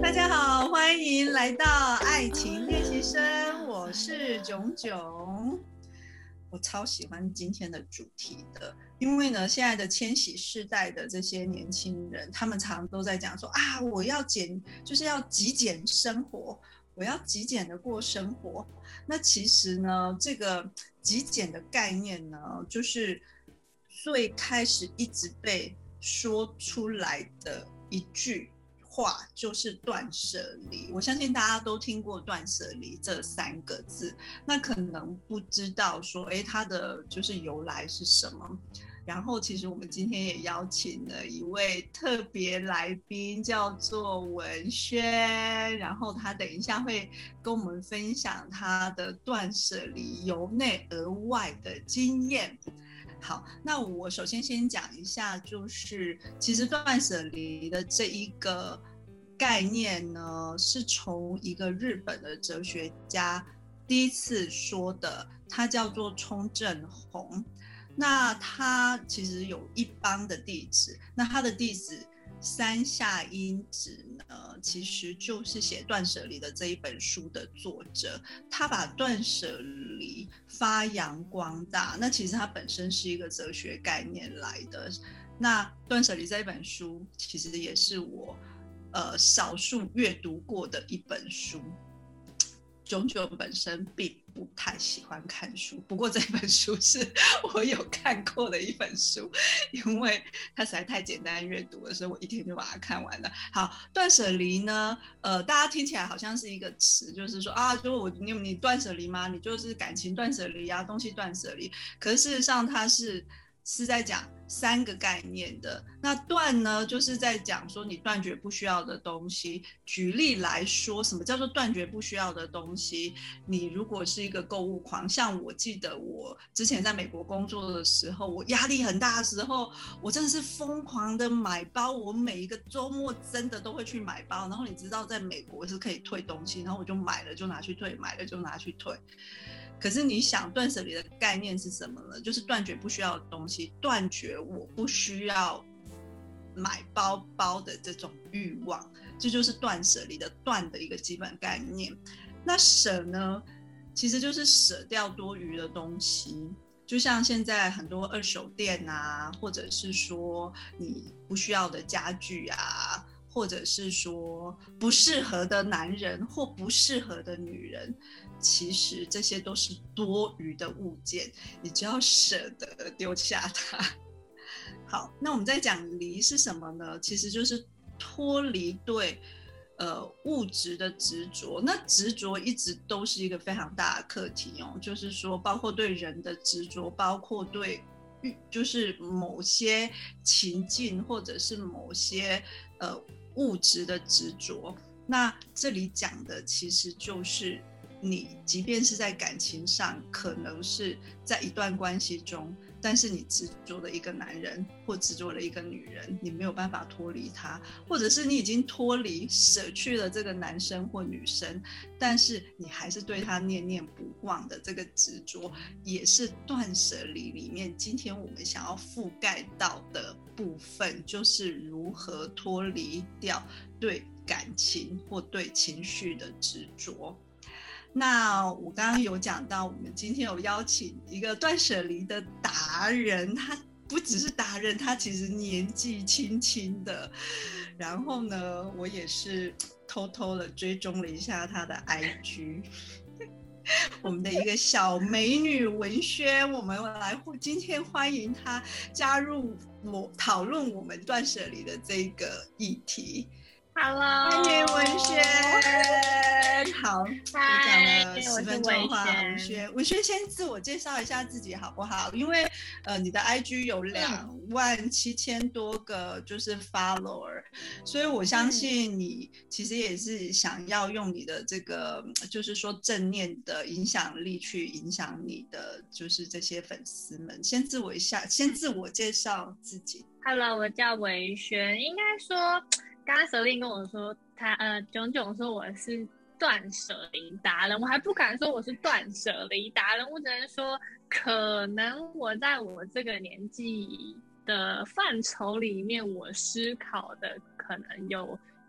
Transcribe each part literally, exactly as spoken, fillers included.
大家好，欢迎来到爱情练习生，我是炯炯。我超喜欢今天的主题的，因为呢，现在的千禧世代的这些年轻人，他们常常都在讲说啊，我要减，就是要极简生活，我要极简的过生活。那其实呢，这个极简的概念呢，就是最开始一直被说出来的一句话就是断舍离。我相信大家都听过断舍离这三个字，那可能不知道说哎，它的就是由来是什么。然后其实我们今天也邀请了一位特别来宾，叫做文轩，然后他等一下会跟我们分享他的断舍离由内而外的经验。好，那我首先先讲一下，就是其实断舍离的这一个概念呢，是从一个日本的哲学家第一次说的，他叫做冲正弘。那他其实有一帮的弟子，那他的弟子山下英子呢，其实就是写断舍离的这一本书的作者，他把断舍离发扬光大。那其实他本身是一个哲学概念来的。那断舍离这一本书其实也是我呃少数阅读过的一本书。炯炯本身并不太喜欢看书，不过这本书是我有看过的一本书，因为它实在太简单阅读了，所以我一天就把它看完了。好，断舍离呢，呃，大家听起来好像是一个词，就是说啊，就我你你断舍离吗？你就是感情断舍离啊，东西断舍离。可是事实上，它是是在讲三个概念的。那断呢，就是在讲说你断绝不需要的东西。举例来说，什么叫做断绝不需要的东西？你如果是一个购物狂，像我记得我之前在美国工作的时候，我压力很大的时候，我真的是疯狂的买包，我每一个周末真的都会去买包。然后你知道在美国是可以退东西，然后我就买了就拿去退，买了就拿去退。可是你想断舍离的概念是什么呢？就是断绝不需要的东西，断绝我不需要买包包的这种欲望，这就是断舍离的断的一个基本概念。那舍呢，其实就是舍掉多余的东西，就像现在很多二手店啊，或者是说你不需要的家具啊，或者是说不适合的男人或不适合的女人，其实这些都是多余的物件，你只要舍得丢下它。好，那我们在讲离是什么呢？其实就是脱离对呃物质的执着。那执着一直都是一个非常大的课题哦，就是说包括对人的执着，包括对就是某些情境或者是某些呃物质的执着。那这里讲的其实就是你即便是在感情上，可能是在一段关系中，但是你执着了一个男人或执着了一个女人，你没有办法脱离他，或者是你已经脱离舍去了这个男生或女生，但是你还是对他念念不忘的这个执着，也是断舍离里面今天我们想要覆盖到的部分，就是如何脱离掉对感情或对情绪的执着。那我刚刚有讲到，我们今天有邀请一个断舍离的达人，他不只是达人，他其实年纪轻轻的。然后呢，我也是偷偷的追踪了一下他的 I G。我们的一个小美女文轩，我们来今天欢迎她加入我讨论我们断舍离的这个议题。 Hello， 欢迎文轩。好，我讲了十分钟的话，文轩，文轩先自我介绍一下自己好不好？因为呃，你的 I G 有两万七千多个就是 follower，所以我相信你其实也是想要用你的这个就是说正念的影响力去影响你的就是这些粉丝们。先自我一下，先自我介绍自己。 Hello， 我叫文轩，应该说。刚刚舍令跟我说，他呃，炯炯说我是断舍离达人，我还不敢说我是断舍离达人，我只能说，可能我在我这个年纪的范畴里面，我思考的可能有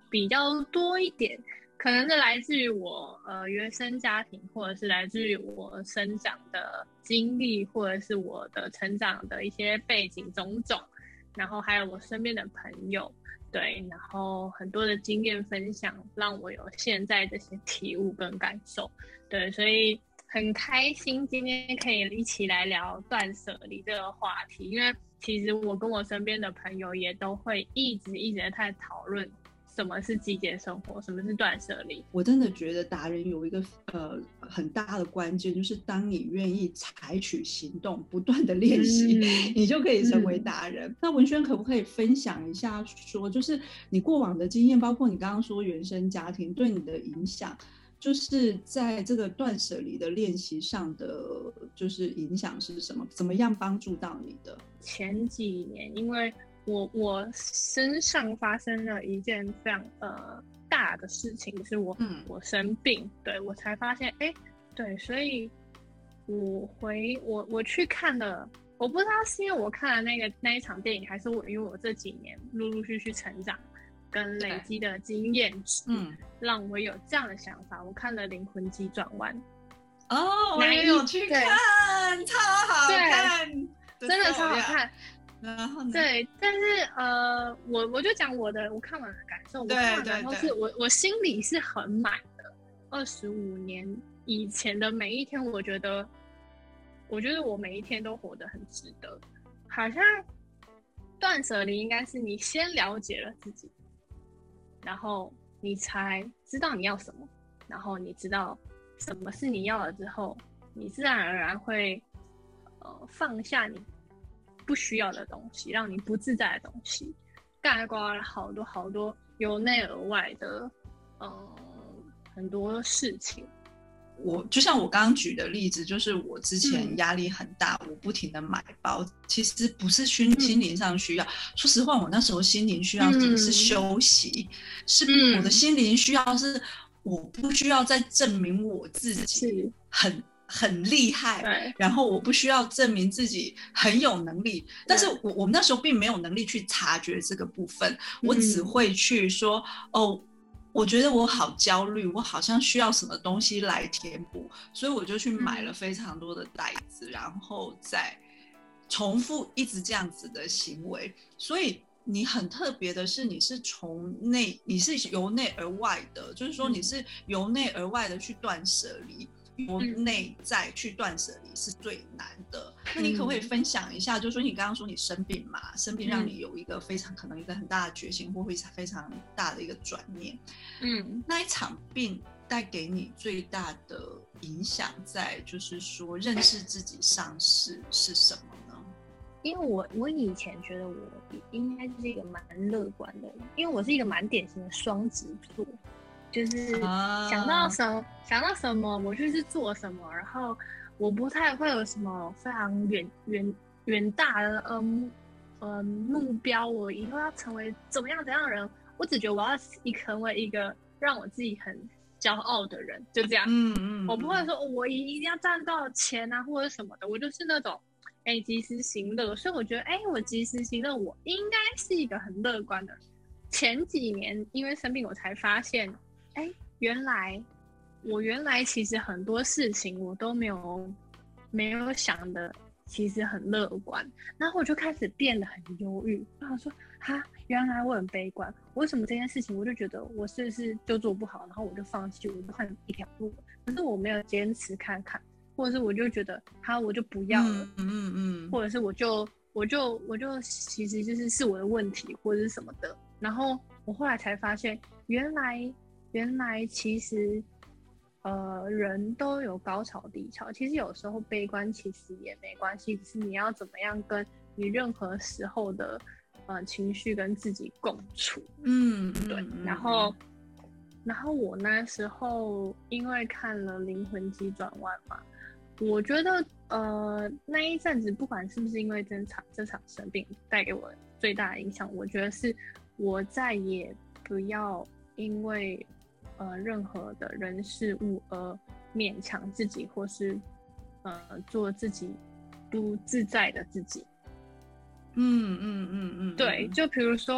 比较多一点，可能是来自于我呃原生家庭，或者是来自于我生长的经历，或者是我的成长的一些背景种种，然后还有我身边的朋友，对，然后很多的经验分享，让我有现在这些体悟跟感受，对，所以很开心今天可以一起来聊断舍离这个话题，因为其实我跟我身边的朋友也都会一直一直在讨论什么是极简生活，什么是断舍离。 我真的觉得达人有一个呃很大的关键，就是当你愿意采取行动，不断的练习、嗯、你就可以成为达人、嗯、那文轩可不可以分享一下说，就是你过往的经验，包括你刚刚说原生家庭对你的影响，就是在这个断舍离的练习上的就是影响是什么，怎么样帮助到你的？ 前几年因为我我身上发生了一件非常呃大的事情，就是我、嗯、我生病，对，我才发现，哎，对，所以我回我我去看了，我不知道是因为我看了那个那一场电影，还是我因为我这几年陆陆续续成长跟累积的经验值，嗯，让我有这样的想法。我看了《灵魂急转弯》， 哦，我也有去看，超好看， 真的超好看。然后呢？对，但是呃，我我就讲我的，我看完的感受。我看完然后是我我心里是很满的。二十五年以前的每一天，我觉得，我觉得我每一天都活得很值得。好像断舍离应该是你先了解了自己，然后你才知道你要什么，然后你知道什么是你要了之后，你自然而然会呃放下你不需要的东西，让你不自在的东西，概括了好多好多由内而外的，嗯，很多事情。 我就像我刚刚举的例子，就是我之前压力很大，嗯、我不停的买包，其实不是心心灵上需要、嗯。说实话，我那时候心灵需要的是休息，嗯、是我的心灵需要是我不需要再证明我自己很。很厉害，然后我不需要证明自己很有能力，但是我我们那时候并没有能力去察觉这个部分，我只会去说、嗯、哦，我觉得我好焦虑，我好像需要什么东西来填补，所以我就去买了非常多的袋子、嗯、然后再重复一直这样子的行为。所以你很特别的是，你是从内，你是由内而外的，就是说你是由内而外的去断舍离，由内在去断舍离是最难的、嗯、那你可不可以分享一下，就是说你刚刚说你生病嘛，生病让你有一个非常、嗯、可能一个很大的决心或非常大的一个转念，嗯，那一场病带给你最大的影响在就是说认识自己上是是什么呢？ 因为我我以前觉得我应该是一个蛮乐观的人，因为我是一个蛮典型的双子座，就是想到什么、啊、想到什么我就是做什么，然后我不太会有什么非常远远远大的嗯嗯目标，我以后要成为怎么样怎样的人，我只觉得我要成为一个让我自己很骄傲的人，就这样。嗯嗯，我不会说、哦、我一定要赚多少钱啊或者什么的，我就是那种哎及时行乐，所以我觉得哎我及时行乐，我应该是一个很乐观的人。前几年因为生病，我才发现。哎，原来我原来其实很多事情我都没有没有想的，其实很乐观，然后我就开始变得很忧郁。然后说哈，原来我很悲观，为什么这件事情我就觉得我是不是就做不好，然后我就放弃，我就换一条路，可是我没有坚持看看，或者是我就觉得哈我就不要了，嗯嗯嗯，或者是我就我就我就其实就是是我的问题或者是什么的，然后我后来才发现原来。原来其实，呃，人都有高潮低潮。其实有时候悲观其实也没关系，只是你要怎么样跟你任何时候的呃情绪跟自己共处。嗯，对。嗯、然后，然后我那时候因为看了《灵魂急转弯》嘛，我觉得呃那一阵子不管是不是因为这场这场生病带给我最大的影响，我觉得是我再也不要因为。呃，任何的人事物而勉强自己，或是呃做自己不自在的自己。嗯嗯嗯嗯，对，就比如说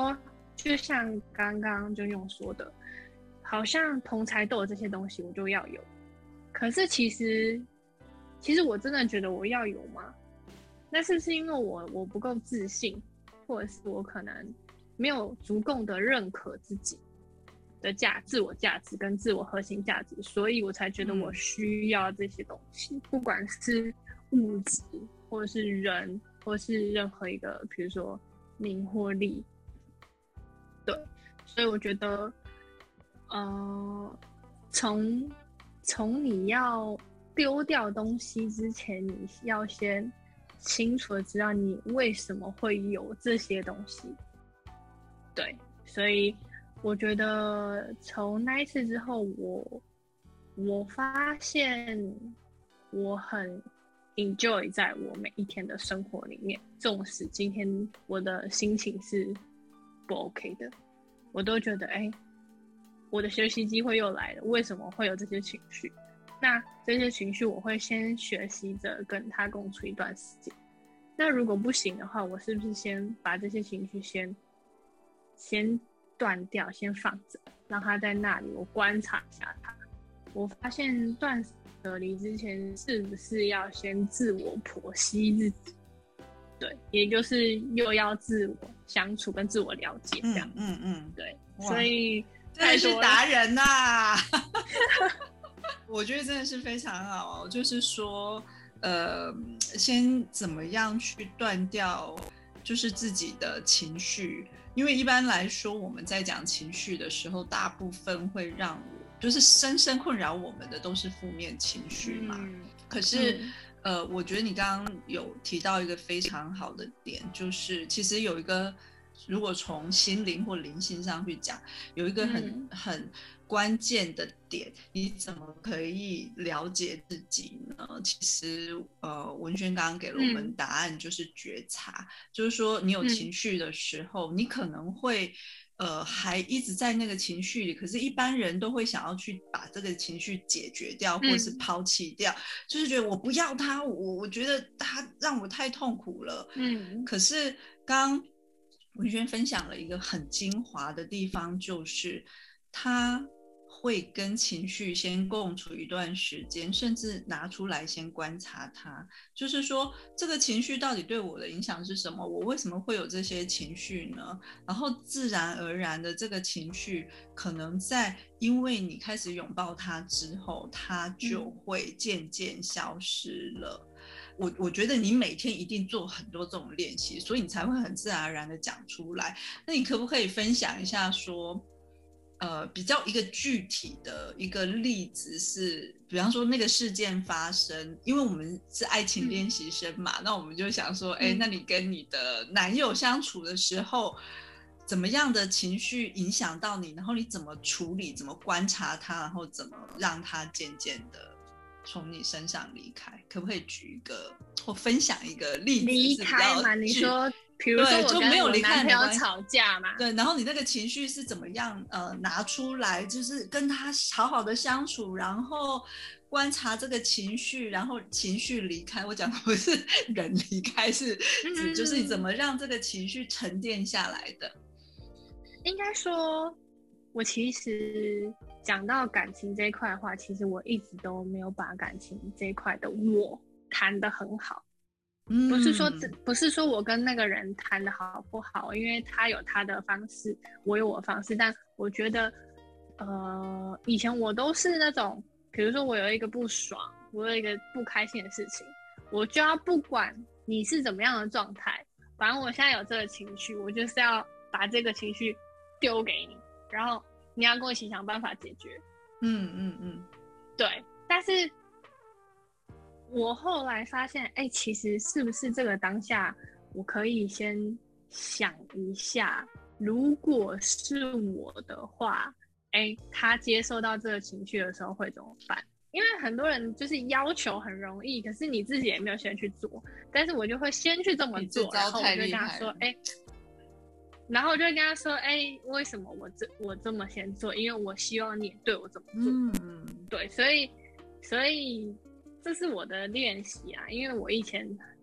就像刚刚就用说的，好像同才都有这些东西，我就要有。可是其实，其实我真的觉得我要有吗？那是不是因为我我不够自信，或者是我可能没有足够的认可自己的价、自我价值跟自我核心价值，所以我才觉得我需要这些东西，嗯、不管是物质，或者是人，或是任何一个，比如说名或利。对，所以我觉得，呃，从从你要丢掉东西之前，你要先清楚的知道你为什么会有这些东西。对，所以我觉得从那一次之后，我我发现我很 enjoy 在我每一天的生活里面，纵使今天我的心情是不 OK 的，我都觉得哎、欸，我的学习机会又来了。为什么会有这些情绪？那这些情绪我会先学习着跟他共处一段时间。那如果不行的话，我是不是先把这些情绪先先断掉，先放着，让他在那里，我观察一下他。我发现断舍离之前，是不是要先自我剖析自己？对，也就是又要自我相处跟自我了解这样。 嗯嗯嗯， 对，所以真的是达人呐、啊！我觉得真的是非常好，就是说，呃，先怎么样去断掉，就是自己的情绪，因为一般来说我们在讲情绪的时候，大部分会让我就是深深困扰我们的都是负面情绪嘛。嗯、可是。嗯呃，我觉得你刚刚有提到一个非常好的点，就是其实有一个，如果从心灵或灵性上去讲，有一个很、嗯、很关键的点，你怎么可以了解自己呢？其实，呃，文轩刚刚给了我们答案，就是觉察，嗯、就是说你有情绪的时候，嗯、你可能会。呃，还一直在那个情绪里，可是一般人都会想要去把这个情绪解决掉，或是抛弃掉，嗯、就是觉得我不要他，我我觉得他让我太痛苦了。嗯，可是刚文轩分享了一个很精华的地方，就是他会跟情绪先共处一段时间，甚至拿出来先观察它，就是说这个情绪到底对我的影响是什么，我为什么会有这些情绪呢？然后自然而然的这个情绪可能在因为你开始拥抱它之后，它就会渐渐消失了。嗯我, 我觉得你每天一定做很多这种练习，所以你才会很自然而然的讲出来。那你可不可以分享一下说呃，比较一个具体的一个例子是，比方说那个事件发生，因为我们是爱情练习生嘛，嗯、那我们就想说，哎，那你跟你的男友相处的时候，怎么样的情绪影响到你，然后你怎么处理，怎么观察他，然后怎么让他渐渐的从你身上离开？可不可以举一个或分享一个例子？ 离开嘛？你说。比如说我跟我男朋友吵架嘛， 对，然后你那个情绪是怎么样呃拿出来，就是跟他好好的相处，然后观察这个情绪，然后情绪离开。我讲的不是人离开，是指就是你怎么让这个情绪沉淀下来的。 应该说，我其实讲到感情这一块的话，其实我一直都没有把感情这一块的我谈得很好。不是说不是说我跟那个人谈的好不好，因为他有他的方式，我有我的方式。但我觉得，呃，以前我都是那种，比如说我有一个不爽，我有一个不开心的事情，我就要不管你是怎么样的状态，反正我现在有这个情绪，我就是要把这个情绪丢给你，然后你要跟我一起想办法解决。 嗯嗯嗯， 对，但是。我后来发现，哎、欸，其实是不是这个当下，我可以先想一下，如果是我的话，哎、欸，他接受到这个情绪的时候会怎么办？因为很多人就是要求很容易，可是你自己也没有先去做。但是我就会先去这么做，然后我就跟他说，哎、欸，然后我就跟他说，哎、欸，为什么我这我这么先做？因为我希望你也对我这么做。嗯，对，所以所以。这是我的练习啊，因为我以前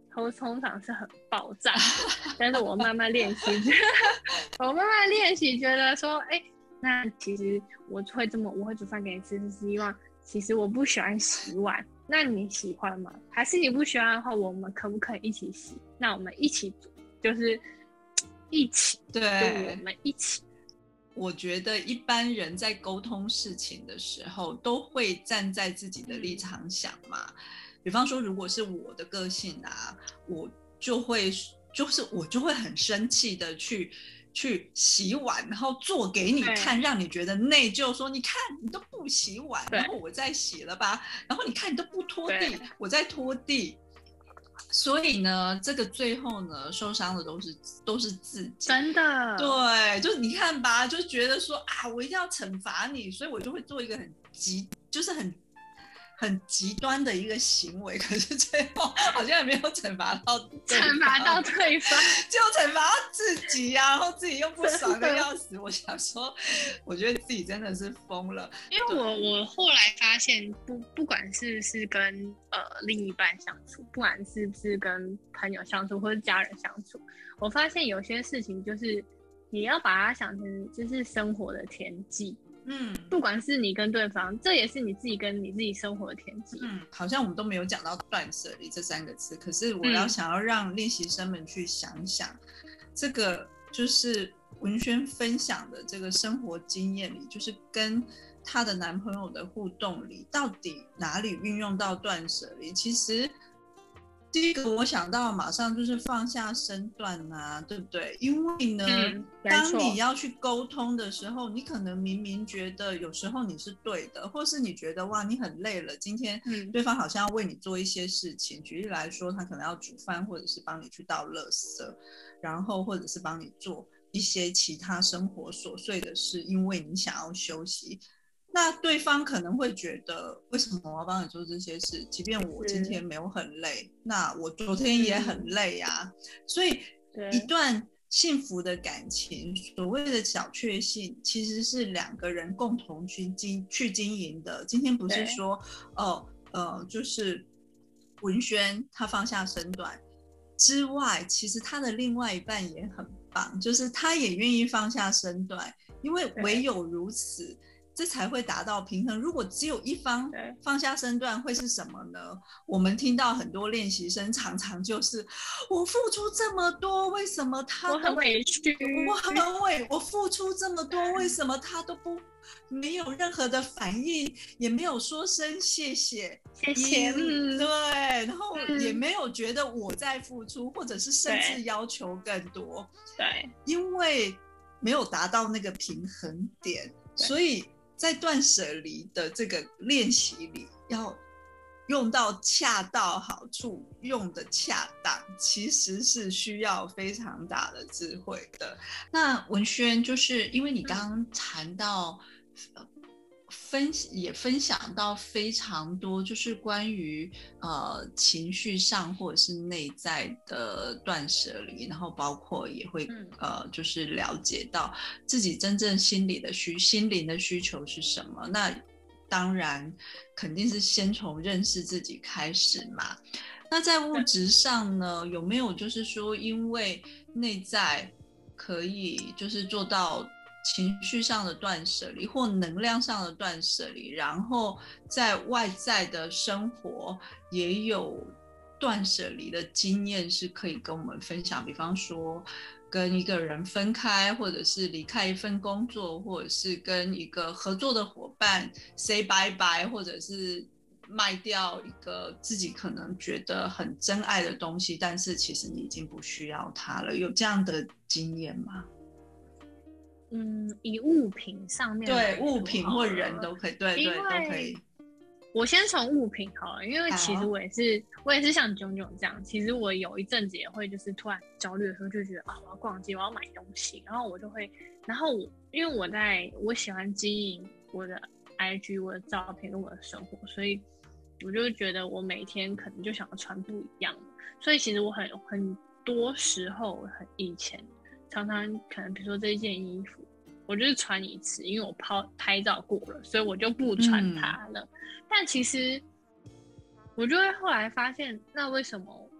通通常是很爆炸的，但是我慢慢练习，我慢慢练习，觉得说，哎、欸，那其实我会这么，我会煮饭给你吃，是希望，其实我不喜欢洗碗，那你喜欢吗？还是你不喜欢的话，我们可不可以一起洗？那我们一起煮，就是一起， 对， 就我们一起。 我觉得一般人在沟通事情的时候，都会站在自己的立场想嘛。嗯，比方说，如果是我的个性啊，我就会就是我就会很生气的去去洗碗，然后做给你看，让你觉得内疚，说你看你都不洗碗，然后我再洗了吧，然后你看你都不拖地，我在拖地。所以呢，这个最后呢，受伤的都是都是自己， 真的。 对，就是你看吧，就觉得说啊，我一定要惩罚你，所以我就会做一个很极，就是很很极端的一个行为，可是最后好像也没有惩罚到对方， 惩罚到对方， 就惩罚到自己呀、啊，然后自己又不爽的要死。我想说，我觉得自己真的是疯了。 因为我我后来发现不，不管是不是跟呃另一半相处，不管是不是跟朋友相处或者家人相处，我发现有些事情就是你要把它想成就是生活的田忌。嗯，不管是你跟对方，这也是你自己跟你自己生活的田忌。 嗯，好像我们都没有讲到断舍离这三个字，可是我要想要让练习生们去想想，嗯、这个就是文轩分享的这个生活经验里，就是跟她的男朋友的互动里，到底哪里运用到断舍离？其实。第一个我想到马上就是放下身段啊，对不对？因为呢、嗯、当你要去沟通的时候，你可能明明觉得有时候你是对的，或是你觉得哇你很累了，今天对方好像要为你做一些事情、嗯、举例来说，他可能要煮饭，或者是帮你去倒垃圾，然后或者是帮你做一些其他生活琐碎的事，因为你想要休息。那对方可能会觉得，为什么我要帮你做这些事？即便我今天没有很累，那我昨天也很累啊。所以，一段幸福的感情，所谓的小确幸，其实是两个人共同去经去经营的。今天不是说，哦，呃，就是文轩他放下身段之外，其实他的另外一半也很棒，就是他也愿意放下身段，因为唯有如此。这才会达到平衡。如果只有一方放下身段，会是什么呢？我们听到很多练习生常常就是我付出这么多，为什么他都我很委屈， 我很委我付出这么多，为什么他都不没有任何的反应，也没有说声谢谢谢谢、 嗯、对，然后也没有觉得我在付出，或者是甚至要求更多， 对， 因为没有达到那个平衡点，所以在断舍离的这个练习里，要用到恰到好处，用的恰当，其实是需要非常大的智慧的。那文轩，就是因为你刚刚谈到、嗯、分也分享到非常多，就是关于呃情绪上或者是内在的断舍离，然后包括也会、嗯、呃就是了解到自己真正心理的需心灵的需求是什么。那当然肯定是先从认识自己开始嘛。那在物质上呢，有没有就是说因为内在可以就是做到情绪上的断舍离或能量上的断舍离，然后在外在的生活也有断舍离的经验是可以跟我们分享？比方说跟一个人分开，或者是离开一份工作，或者是跟一个合作的伙伴 say bye bye， 或者是卖掉一个自己可能觉得很珍爱的东西，但是其实你已经不需要它了，有这样的经验吗？ 嗯，以物品上面， 对，物品或人都可以，对对都可以。 我先从物品好了，因为其实我也是我也是像炯炯这样，其实我有一阵子也会就是突然焦虑的时候就觉得啊我要逛街，我要买东西，然后我就会，然后我因为我在我喜欢经营我的 I G 我的照片跟我的生活，所以我就觉得我每天可能就想要穿不一样的，所以其实我很很多时候很以前常常可能比如说这一件衣服我就是穿一次，因为我拍拍照过了，所以我就不穿它了、嗯、但其实我就会后来发现，那为什么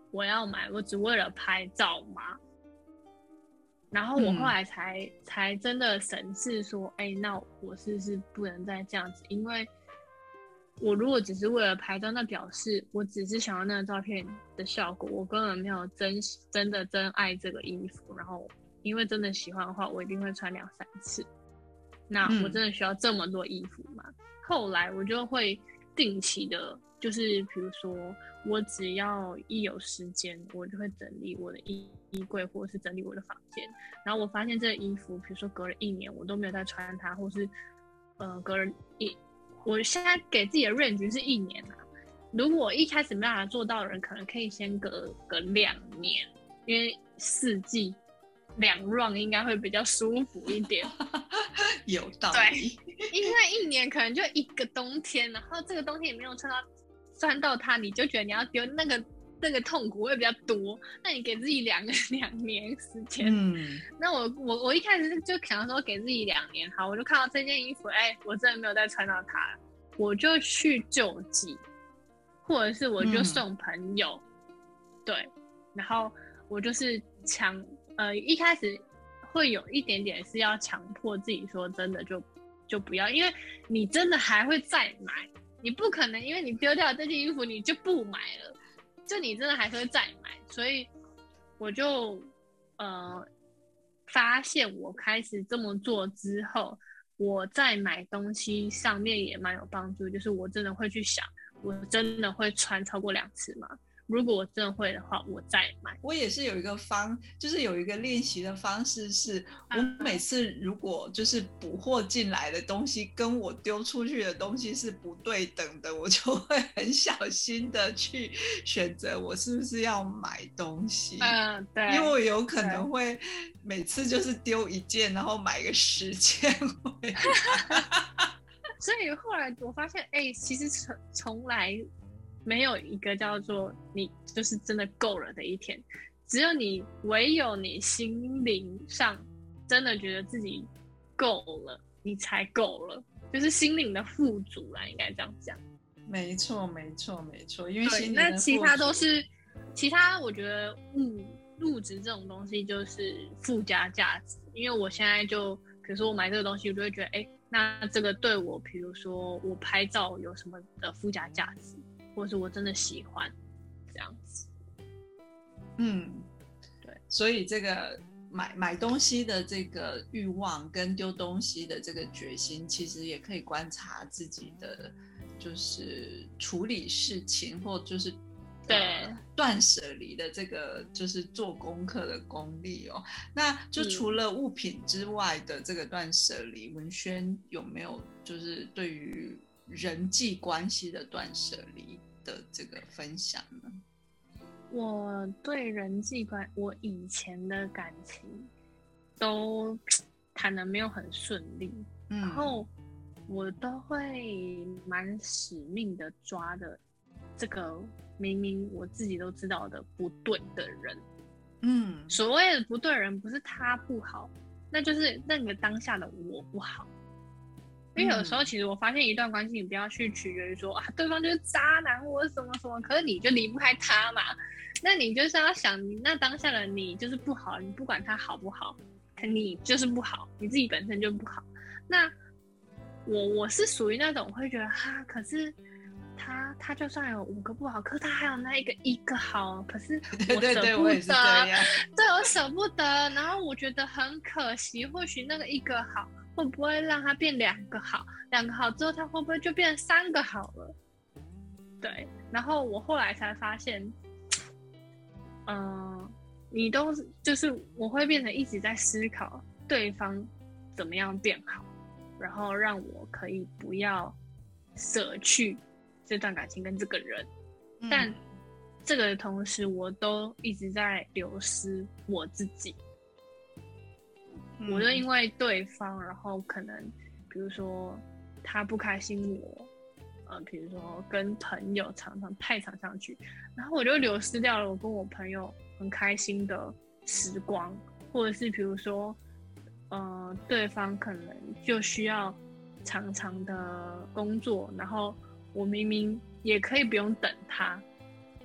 我要买，我只为了拍照吗？然后我后来才、嗯、才真的审视说，哎，那我是不是不能再这样子？因为我如果只是为了拍照，那表示我只是想要那个照片的效果，我根本没有真真的真爱这个衣服。然后因为真的喜欢的话，我一定会穿两三次。那我真的需要这么多衣服吗？嗯、后来我就会定期的，就是比如说我只要一有时间，我就会整理我的衣衣柜，或者是整理我的房间。然后我发现这个衣服，比如说隔了一年我都没有再穿它，或是呃隔了一，我现在给自己的 range 是一年啊。如果一开始没办法做到的人，可能可以先隔个两年，因为四季两 round 应该会比较舒服一点。 有道理。 对，因为一年可能就一个冬天，然后这个冬天也没有穿到穿到它，你就觉得你要丢，那个那个痛苦会比较多。那你给自己两个两年时间，嗯，那我我我一开始就想说给自己两年，好，我就看到这件衣服，哎，我真的没有再穿到它，我就去救济，或者是我就送朋友，嗯、对，然后我就是强呃一开始。会有一点点是要强迫自己说真的就就不要，因为你真的还会再买，你不可能因为你丢掉这件衣服你就不买了，就你真的还是会再买。所以我就呃发现我开始这么做之后，我在买东西上面也蛮有帮助，就是我真的会去想，我真的会穿超过两次吗？如果我真的会的话，我再买。 我也是有一个方，就是有一个练习的方式是，我每次如果就是补货进来的东西跟我丢出去的东西是不对等的，我就会很小心的去选择我是不是要买东西。 嗯，对， 因为我有可能会每次就是丢一件，然后买个十件回来。 所以后来我发现，哎、欸，其实从从来。没有一个叫做你就是真的够了的一天，只有你唯有你心灵上真的觉得自己够了，你才够了，就是心灵的富足啦，应该这样讲。 没错，没错，没错，因为心灵的富足。 那其他都是其他，我觉得物物质这种东西就是附加价值。因为我现在就比如说我买这个东西，我就会觉得，哎、欸，那这个对我，比如说我拍照有什么的附加价值？或是我真的喜欢这样子。 嗯，对，所以这个买买东西的这个欲望跟丢东西的这个决心，其实也可以观察自己的就是处理事情，或就是对、 呃、断舍离的这个就是做功课的功力哦。那就除了物品之外的这个断舍离，文轩有没有就是对于人际关系的断舍离的这个分享呢？ 我对人际关，我以前的感情都谈得没有很顺利，嗯、然后我都会蛮使命的抓的这个明明我自己都知道的不对的人。嗯，所谓的不对的人，不是他不好，那就是那个当下的我不好。因为有时候其实我发现一段关系，你不要去取决于说啊对方就是渣男或者什么什么，可是你就离不开他嘛。那你就是要想，那当下的你就是不好，你不管他好不好，你就是不好，你自己本身就不好。那我我是属于那种会觉得哈，可是他他就算有五个不好，可是他还有那一个一个好，可是我舍不得， 对对对，我也是这样， 对，我舍不得，然后我觉得很可惜，或许那个一个好。会不会让它变两个好？两个好之后，它会不会就变三个好了？对，然后我后来才发现，嗯、呃，你都就是我会变成一直在思考对方怎么样变好，然后让我可以不要舍去这段感情跟这个人，嗯、但这个同时我都一直在流失我自己。我就因为对方，然后可能比如说他不开心我，呃，比如说跟朋友常常太常相聚，然后我就流失掉了我跟我朋友很开心的时光，或者是比如说，呃，对方可能就需要长长的工作，然后我明明也可以不用等他，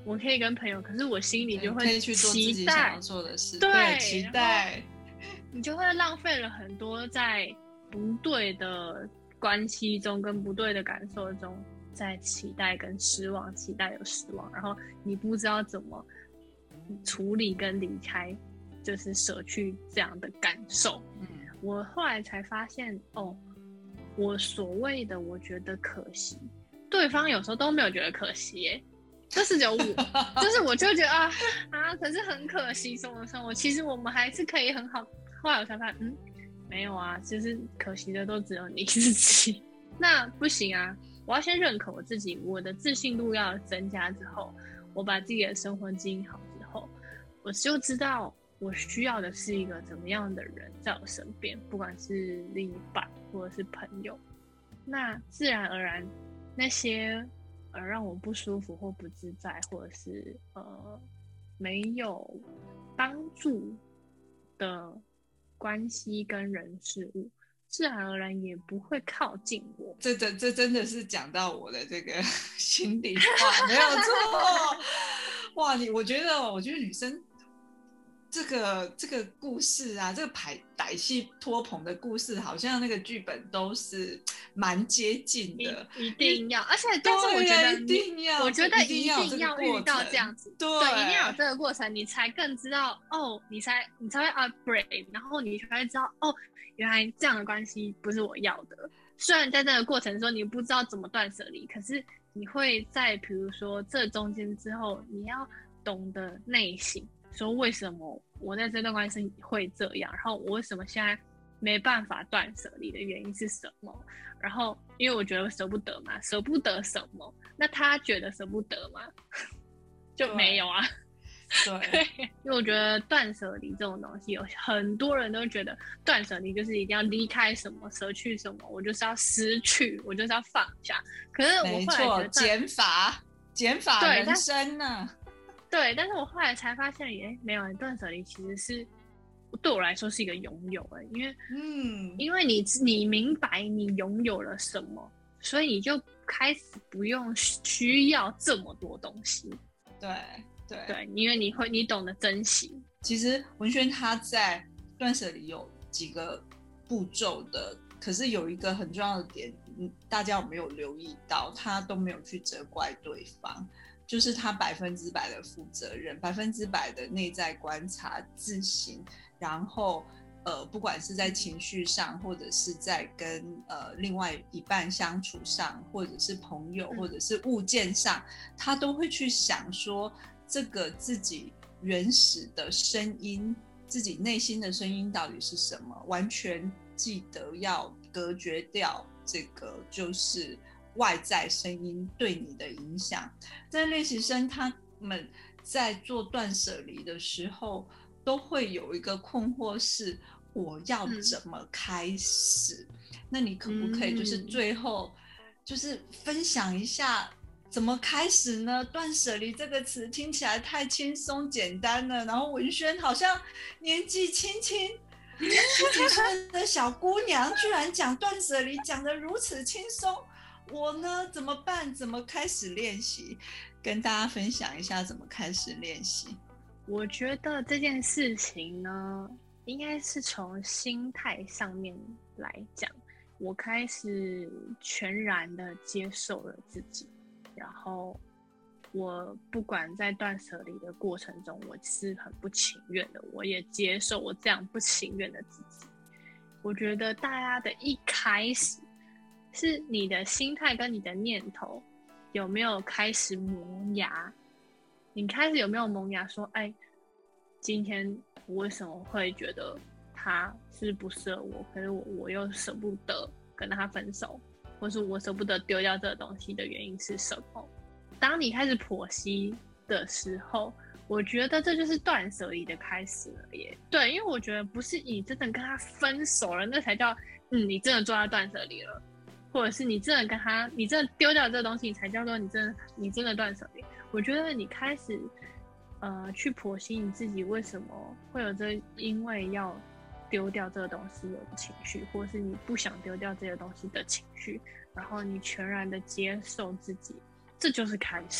我可以跟朋友，可是我心里就会可以去做自己想要做的事，对， 对， 期待， 你就会浪费了很多在不对的关系中跟不对的感受中，在期待跟失望，期待有失望，然后你不知道怎么处理跟离开，就是舍去这样的感受。嗯，我后来才发现，哦，我所谓的我觉得可惜，对方有时候都没有觉得可惜耶。就是只有我，就是我就觉得啊啊，可是很可惜，什么什么，其实我们还是可以很好。后来我才发现，嗯，没有啊，其实可惜的都只有你自己。那不行啊，我要先认可我自己，我的自信度要增加之后，我把自己的生活经营好之后，我就知道我需要的是一个怎么样的人在我身边，不管是另一半或者是朋友，那自然而然那些。呃，让我不舒服或不自在，或者是呃没有帮助的关系跟人事物，自然而然也不会靠近我。 这这这真的是讲到我的这个心里话，没有错。哇，你我觉得，我觉得女生这个这个故事啊，这个排歹戏拖棚的故事，好像那个剧本都是蛮接近的， 一, 一定要，而且但是我觉得一定要， 我觉得一定要遇到这样子， 对， 对，一定要有这个过程，你才更知道哦，你才你才会 upgrade， 然后你才会知道哦，原来这样的关系不是我要的。虽然在这个过程中你不知道怎么断舍离，可是你会在比如说这中间之后，你要懂得内省。说为什么我在这段关系会这样，然后我为什么现在没办法断舍离的原因是什么？然后因为我觉得舍不得嘛，舍不得什么？那他觉得舍不得吗？就没有啊。 对， 因为我觉得断舍离这种东西，有很多人都觉得断舍离就是一定要离开什么，舍去什么，我就是要失去，我就是要放下。可是我后来觉得减法，减法人生呢、啊。 对，但是我后来才发现，哎，没有，断舍离其实是对我来说是一个拥有，哎，因为，嗯，因为你你明白你拥有了什么，所以你就开始不用需要这么多东西。 对对对，因为你会你懂得珍惜。 其实文轩他在断舍离有几个步骤的，可是有一个很重要的点，大家有没有留意到？他都没有去责怪对方。就是他百分之百的负责任，百分之百的内在观察、自省，然后呃，不管是在情绪上，或者是在跟呃另外一半相处上，或者是朋友，或者是物件上，他都会去想说，这个自己原始的声音，自己内心的声音到底是什么？完全记得要隔绝掉这个，就是外在声音对你的影响。在练习生他们在做断舍离的时候，都会有一个困惑是我要怎么开始、嗯、那你可不可以就是最后就是分享一下怎么开始呢？断舍离这个词听起来太轻松简单了，然后文轩好像年纪轻轻十几岁的小姑娘居然讲断舍离讲得如此轻松，我呢怎么办？怎么开始练习？跟大家分享一下怎么开始练习。 我觉得这件事情呢，应该是从心态上面来讲，我开始全然的接受了自己，然后我不管在断舍离的过程中，我是很不情愿的，我也接受我这样不情愿的自己。我觉得大家的一开始是你的心态跟你的念头有没有开始萌芽，你开始有没有萌芽说，哎，今天我为什么会觉得他是不适合我，可是我我又舍不得跟他分手，或是我舍不得丢掉这个东西的原因是什么？当你开始剖析的时候，我觉得这就是断舍离的开始了耶。对，因为我觉得不是你真的跟他分手了，那才叫嗯，你真的做到断舍离了，或者是你真的跟他，你真的丢掉这个东西，你才叫做你真的你真的断舍离。我觉得你开始呃去剖析你自己为什么会有这因为要丢掉这个东西有的情绪，或是你不想丢掉这个东西的情绪，然后你全然的接受自己，这就是开始。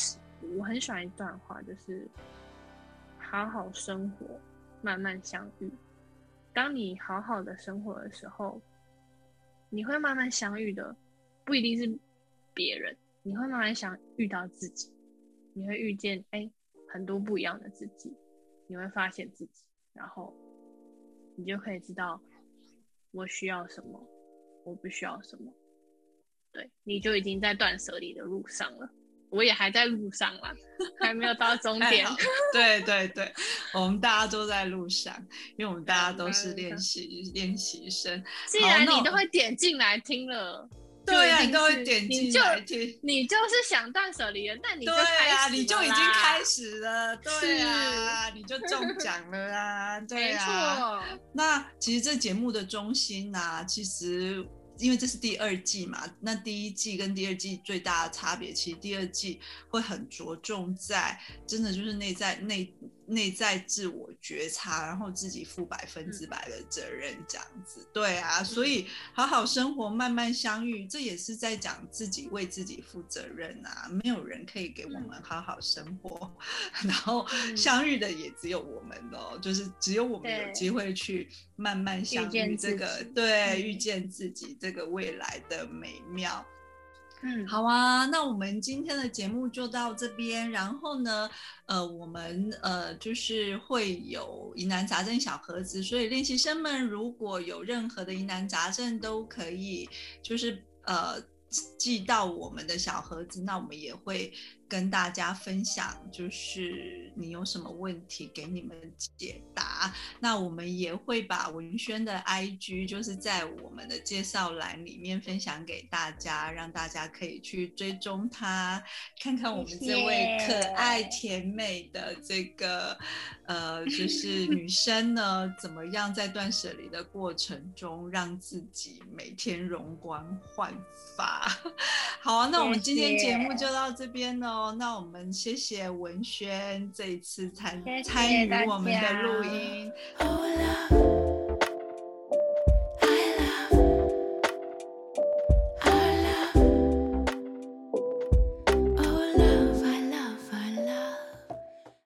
我很喜欢一段话，就是好好生活，慢慢相遇。当你好好的生活的时候，你会慢慢相遇的，不一定是别人，你会慢慢想遇到自己，你会遇见哎很多不一样的自己，你会发现自己，然后你就可以知道我需要什么，我不需要什么。对，你就已经在断舍离的路上了，我也还在路上啦，还没有到终点。 对对对，我们大家都在路上，因为我们大家都是练习练习生。 既然你都会点进来听了， 对啊，你都会点进来听， 你就是想断舍离了，那你就对开始了啦， 啊，你就已经开始了，对啊，你就中奖了啊，对啊。 没错。 那其实这节目的中心啊，其实因为这是第二季嘛，那第一季跟第二季最大的差别，其实第二季会很着重在真的就是内在内内在自我觉察，然后自己负百分之百的责任这样子。对啊，所以好好生活慢慢相遇，这也是在讲自己为自己负责任啊，没有人可以给我们好好生活，嗯、然后相遇的也只有我们哦，就是只有我们有机会去慢慢相遇这个对遇见自己这个未来的美妙。嗯，好啊，那我们今天的节目就到这边。然后呢，呃，我们呃就是会有疑难杂症小盒子，所以练习生们如果有任何的疑难杂症，都可以就是呃寄到我们的小盒子，那我们也会跟大家分享，就是你有什么问题给你们解答。那我们也会把文轩的 I G 就是在我们的介绍栏里面分享给大家，让大家可以去追踪他，看看我们这位可爱甜美的这个呃就是女生呢怎么样在断舍离的过程中让自己每天容光焕发。好啊，那我们今天节目就到这边哦。那我们谢谢文轩这一次参参与我们的录音。